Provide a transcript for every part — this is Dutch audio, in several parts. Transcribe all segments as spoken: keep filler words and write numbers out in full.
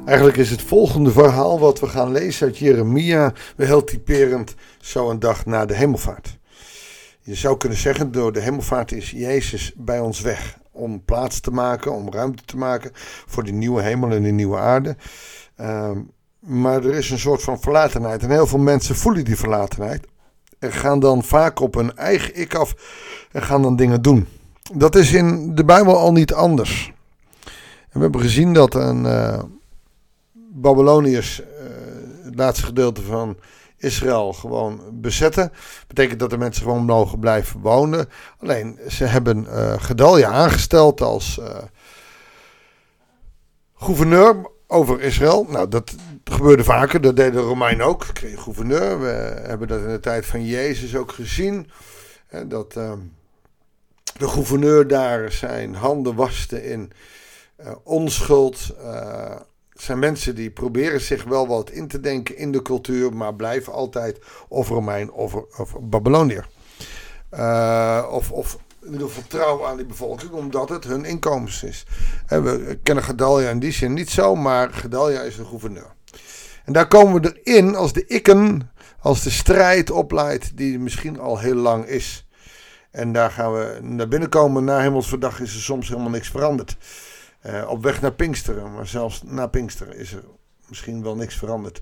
Eigenlijk is het volgende verhaal wat we gaan lezen uit Jeremia wel heel typerend zo'n dag na de hemelvaart. Je zou kunnen zeggen, door de hemelvaart is Jezus bij ons weg. Om plaats te maken, om ruimte te maken voor die nieuwe hemel en die nieuwe aarde. Uh, maar er is een soort van verlatenheid. En heel veel mensen voelen die verlatenheid. En gaan dan vaak op hun eigen ik af en gaan dan dingen doen. Dat is in de Bijbel al niet anders. En we hebben gezien dat een uh, Babyloniërs uh, het laatste gedeelte van Israël gewoon bezetten. Betekent dat de mensen gewoon mogen blijven wonen. Alleen ze hebben uh, Gedalja aangesteld als uh, gouverneur over Israël. Nou, dat gebeurde vaker. Dat deden de Romeinen ook. Kreeg je gouverneur. We hebben dat in de tijd van Jezus ook gezien. Hè, dat uh, de gouverneur daar zijn handen waste in uh, onschuld. Uh, Het zijn mensen die proberen zich wel wat in te denken in de cultuur, maar blijven altijd of Romein of, of Babyloniër. Uh, of, of in ieder geval trouw aan die bevolking, omdat het hun inkomens is. He, we kennen Gedalja in die zin niet zo, maar Gedalja is de gouverneur. En daar komen we erin als de ikken, als de strijd opleidt die misschien al heel lang is. En daar gaan we naar binnen komen. Na Hemelsverdag is er soms helemaal niks veranderd. Uh, op weg naar Pinksteren, maar zelfs na Pinksteren is er misschien wel niks veranderd.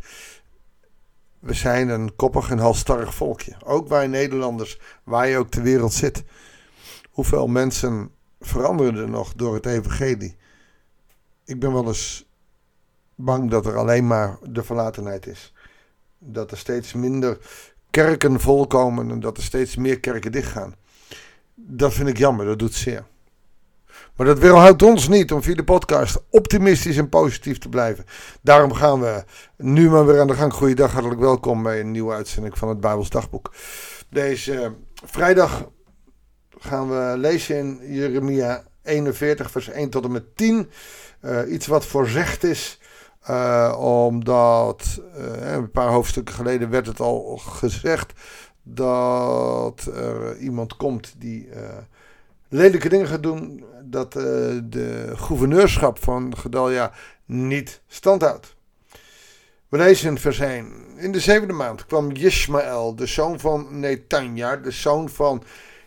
We zijn een koppig en halsstarrig volkje. Ook wij Nederlanders, waar je ook ter wereld zit. Hoeveel mensen veranderen er nog door het evangelie? Ik ben wel eens bang dat er alleen maar de verlatenheid is. Dat er steeds minder kerken volkomen en dat er steeds meer kerken dichtgaan. Dat vind ik jammer, dat doet zeer. Maar dat weerhoudt ons niet om via de podcast optimistisch en positief te blijven. Daarom gaan we nu maar weer aan de gang. Goeiedag, hartelijk welkom bij een nieuwe uitzending van het Bijbels Dagboek. Deze uh, vrijdag gaan we lezen in Jeremia eenenveertig, vers één tot en met tien. Uh, iets wat voorzegd is, uh, omdat uh, een paar hoofdstukken geleden werd het al gezegd dat er iemand komt die Uh, lelijke dingen gaat doen, dat uh, de gouverneurschap van Gedalja niet standhoudt. We lezen in vers één. In de zevende maand kwam Ismaël, de zoon van Netanja, de zoon van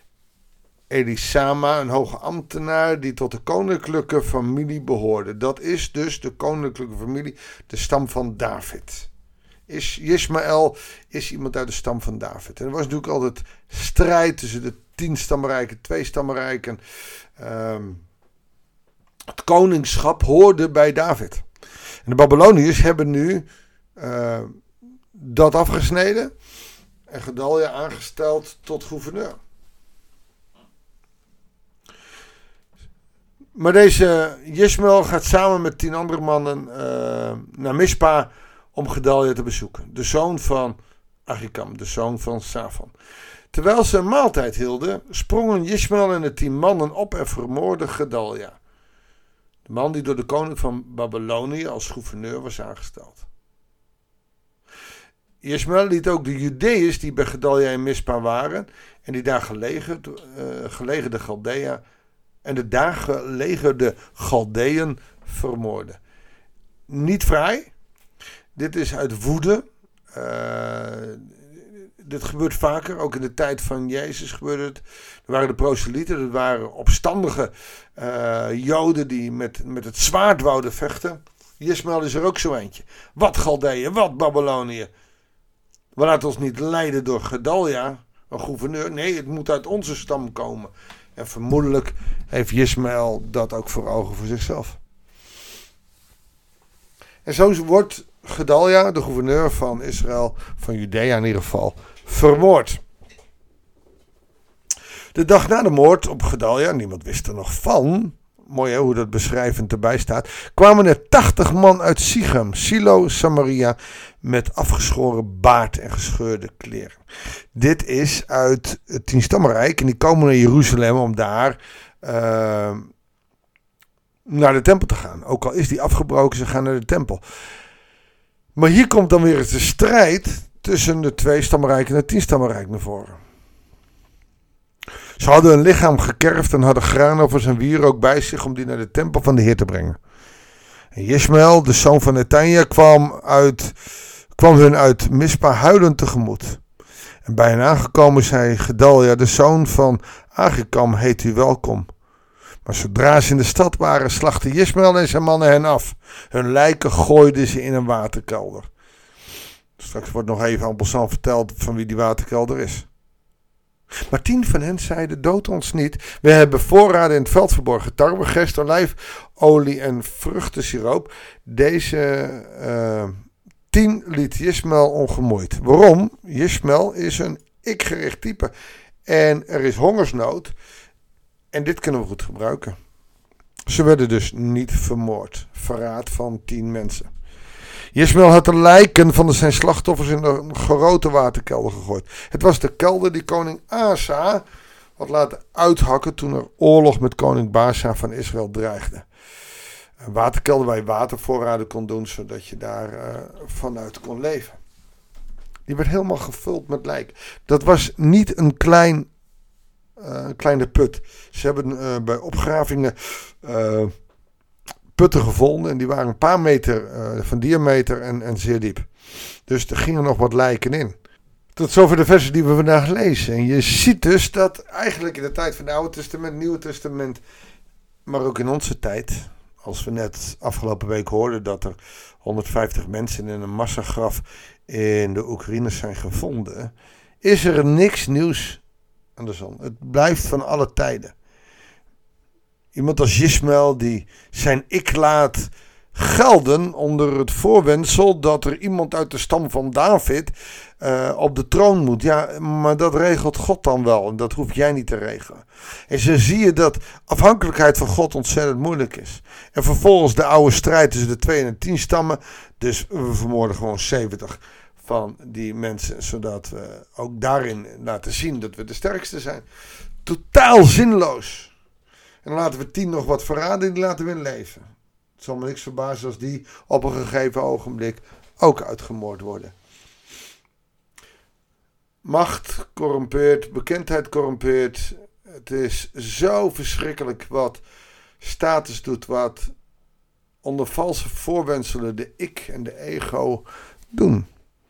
Elisama, een hoge ambtenaar die tot de koninklijke familie behoorde. Dat is dus de koninklijke familie, de stam van David. Is, Ismaël is iemand uit de stam van David. En er was natuurlijk altijd strijd tussen de tien stamrijken, twee stamrijken. Um, het koningschap hoorde bij David. En de Babyloniërs hebben nu uh, dat afgesneden en Gedalja aangesteld tot gouverneur. Maar deze Ismaël gaat samen met tien andere mannen uh, naar Mispa om Gedalja te bezoeken. De zoon van Achikam, de zoon van Safan. Terwijl ze een maaltijd hielden, sprongen Ismaël en de tien mannen op en vermoordden Gedalja. De man die door de koning van Babylonië als gouverneur was aangesteld. Ismaël liet ook de Judeërs die bij Gedalja in Mispa waren en die daar gelegen, uh, gelegen de Chaldea en de daar gelegerde Chaldeën vermoorden. Niet vrij. Dit is uit woede. Uh, dit gebeurt vaker, ook in de tijd van Jezus gebeurde het. Er waren de proselieten, dat waren opstandige uh, Joden die met, met het zwaard wouden vechten. Ismaël is er ook zo eentje. Wat Chaldeeën, wat Babylonië. We laten ons niet leiden door Gedalja, een gouverneur. Nee, het moet uit onze stam komen. En vermoedelijk heeft Ismaël dat ook voor ogen voor zichzelf. En zo wordt Gedalja, de gouverneur van Israël, van Judea in ieder geval, vermoord. De dag na de moord op Gedalja, niemand wist er nog van, mooi hè, hoe dat beschrijvend erbij staat, kwamen er tachtig man uit Sichem, Silo, Samaria, met afgeschoren baard en gescheurde kleren. Dit is uit het Tienstammenrijk en die komen naar Jeruzalem om daar uh, naar de tempel te gaan. Ook al is die afgebroken, ze gaan naar de tempel. Maar hier komt dan weer eens de strijd tussen de twee stammenrijken en het tienstammenrijk naar voren. Ze hadden hun lichaam gekerfd en hadden graan over zijn wierook bij zich om die naar de tempel van de Heer te brengen. En Ismael, de zoon van Netanja, kwam, uit, kwam hun uit Mispa huilend tegemoet. En bij hen aangekomen zei Gedalia, de zoon van Agikam, heet u welkom. Maar zodra ze in de stad waren, slachtte Ismael en zijn mannen hen af. Hun lijken gooiden ze in een waterkelder. Straks wordt nog even aan Bossan verteld van wie die waterkelder is. Maar tien van hen zeiden, dood ons niet. We hebben voorraden in het veld verborgen. Tarwe, gerst, olijfolie en vruchtensiroop. Deze uh, tien liet Ismael ongemoeid. Waarom? Ismael is een ik-gericht type. En er is hongersnood. En dit kunnen we goed gebruiken. Ze werden dus niet vermoord. Verraad van tien mensen. Ismael had de lijken van de zijn slachtoffers in een grote waterkelder gegooid. Het was de kelder die koning Asa had laten uithakken toen er oorlog met koning Baasha van Israël dreigde. Een waterkelder waar je watervoorraden kon doen, zodat je daar uh, vanuit kon leven. Die werd helemaal gevuld met lijken. Dat was niet een klein, uh, kleine put. Ze hebben uh, bij opgravingen Uh, putten gevonden en die waren een paar meter uh, van diameter en, en zeer diep. Dus er gingen nog wat lijken in. Tot zover de versen die we vandaag lezen. En je ziet dus dat eigenlijk in de tijd van het Oude Testament, Nieuwe Testament, maar ook in onze tijd, als we net afgelopen week hoorden dat er honderdvijftig mensen in een massagraf in de Oekraïne zijn gevonden, is er niks nieuws aan de zon. Het blijft van alle tijden. Iemand als Ismael die zijn ik laat gelden onder het voorwendsel dat er iemand uit de stam van David uh, op de troon moet. Ja, maar dat regelt God dan wel en dat hoef jij niet te regelen. En zo zie je dat afhankelijkheid van God ontzettend moeilijk is. En vervolgens de oude strijd tussen de twee en de tien stammen. Dus we vermoorden gewoon zeventig van die mensen, zodat we ook daarin laten zien dat we de sterkste zijn. Totaal zinloos. En dan laten we tien nog wat verraden en die laten we in leven. Het zal me niks verbazen als die op een gegeven ogenblik ook uitgemoord worden. Macht corrumpeert, bekendheid corrumpeert. Het is zo verschrikkelijk wat status doet, wat onder valse voorwendselen de ik en de ego doen.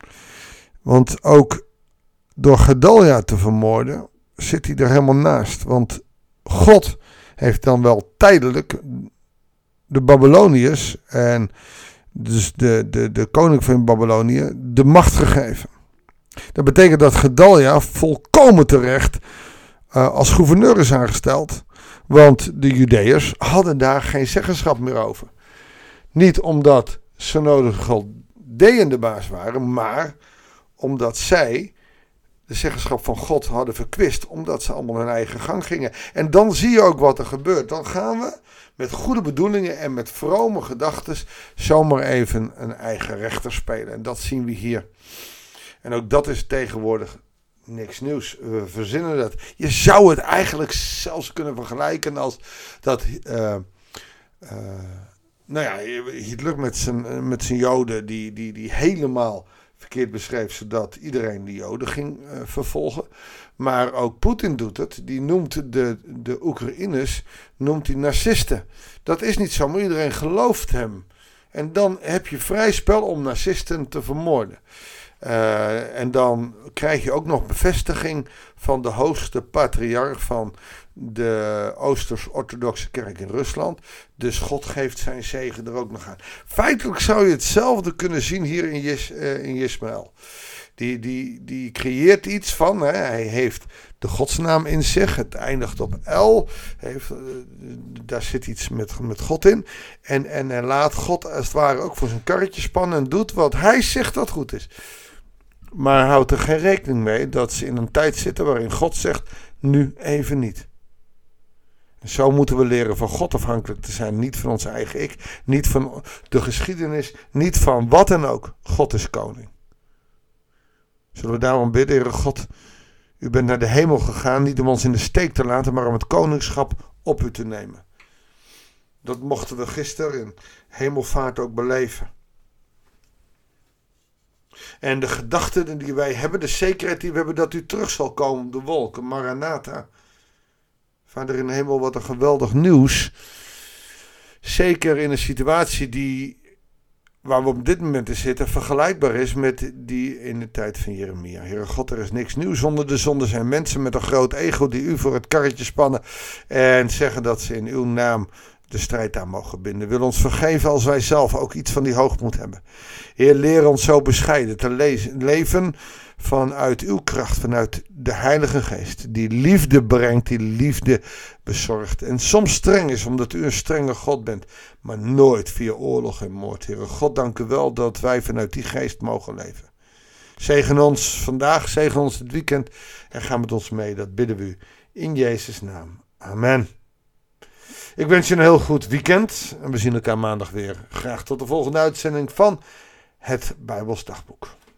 Want ook door Gedalia te vermoorden zit hij er helemaal naast. Want God heeft dan wel tijdelijk de Babyloniërs en dus de, de, de koning van Babylonië de macht gegeven. Dat betekent dat Gedalia volkomen terecht uh, als gouverneur is aangesteld. Want de Judeërs hadden daar geen zeggenschap meer over. Niet omdat ze nodig Galdeën de baas waren, maar omdat zij de zeggenschap van God hadden verkwist, omdat ze allemaal hun eigen gang gingen. En dan zie je ook wat er gebeurt. Dan gaan we met goede bedoelingen en met vrome gedachten zomaar even een eigen rechter spelen. En dat zien we hier. En ook dat is tegenwoordig niks nieuws. We verzinnen dat. Je zou het eigenlijk zelfs kunnen vergelijken als dat Uh, uh, nou ja, Hitler met zijn, met zijn Joden die, die, die helemaal verkeerd beschreef, zodat iedereen de Joden ging uh, vervolgen. Maar ook Poetin doet het. Die noemt de, de Oekraïners noemt die narcisten. Dat is niet zo, maar iedereen gelooft hem. En dan heb je vrij spel om narcisten te vermoorden. Uh, en dan krijg je ook nog bevestiging van de hoogste patriarch van de Oosters-orthodoxe kerk in Rusland. Dus God geeft zijn zegen er ook nog aan. Feitelijk zou je hetzelfde kunnen zien hier in, Jes, uh, in Ismael. Die, die, die creëert iets van, hè. Hij heeft de godsnaam in zich, het eindigt op El, heeft, uh, daar zit iets met, met God in. En, en hij laat God als het ware ook voor zijn karretje spannen en doet wat hij zegt dat goed is. Maar houdt er geen rekening mee dat ze in een tijd zitten waarin God zegt, nu even niet. Zo moeten we leren van God afhankelijk te zijn. Niet van ons eigen ik, niet van de geschiedenis, niet van wat dan ook. God is koning. Zullen we daarom bidden, Heere God, u bent naar de hemel gegaan, niet om ons in de steek te laten, maar om het koningschap op u te nemen. Dat mochten we gisteren in hemelvaart ook beleven. En de gedachten die wij hebben, de zekerheid die we hebben dat u terug zal komen op de wolken, Maranatha. Vader in de hemel, wat een geweldig nieuws. zeker in een situatie die, waar we op dit moment in zitten, vergelijkbaar is met die in de tijd van Jeremia. Heere God, er is niks nieuws onder de zon. Er zijn mensen met een groot ego die u voor het karretje spannen en zeggen dat ze in uw naam de strijd aan mogen binden. Wil ons vergeven als wij zelf ook iets van die hoogmoed hebben. Heer, leer ons zo bescheiden te lezen, leven vanuit uw kracht, vanuit de Heilige Geest. Die liefde brengt, die liefde bezorgt. En soms streng is, omdat u een strenge God bent. Maar nooit via oorlog en moord. Heere God, dank u wel dat wij vanuit die geest mogen leven. Zegen ons vandaag, zegen ons het weekend. En ga met ons mee, dat bidden we u. In Jezus' naam. Amen. Ik wens je een heel goed weekend. En we zien elkaar maandag weer. Graag tot de volgende uitzending van het Bijbels Dagboek.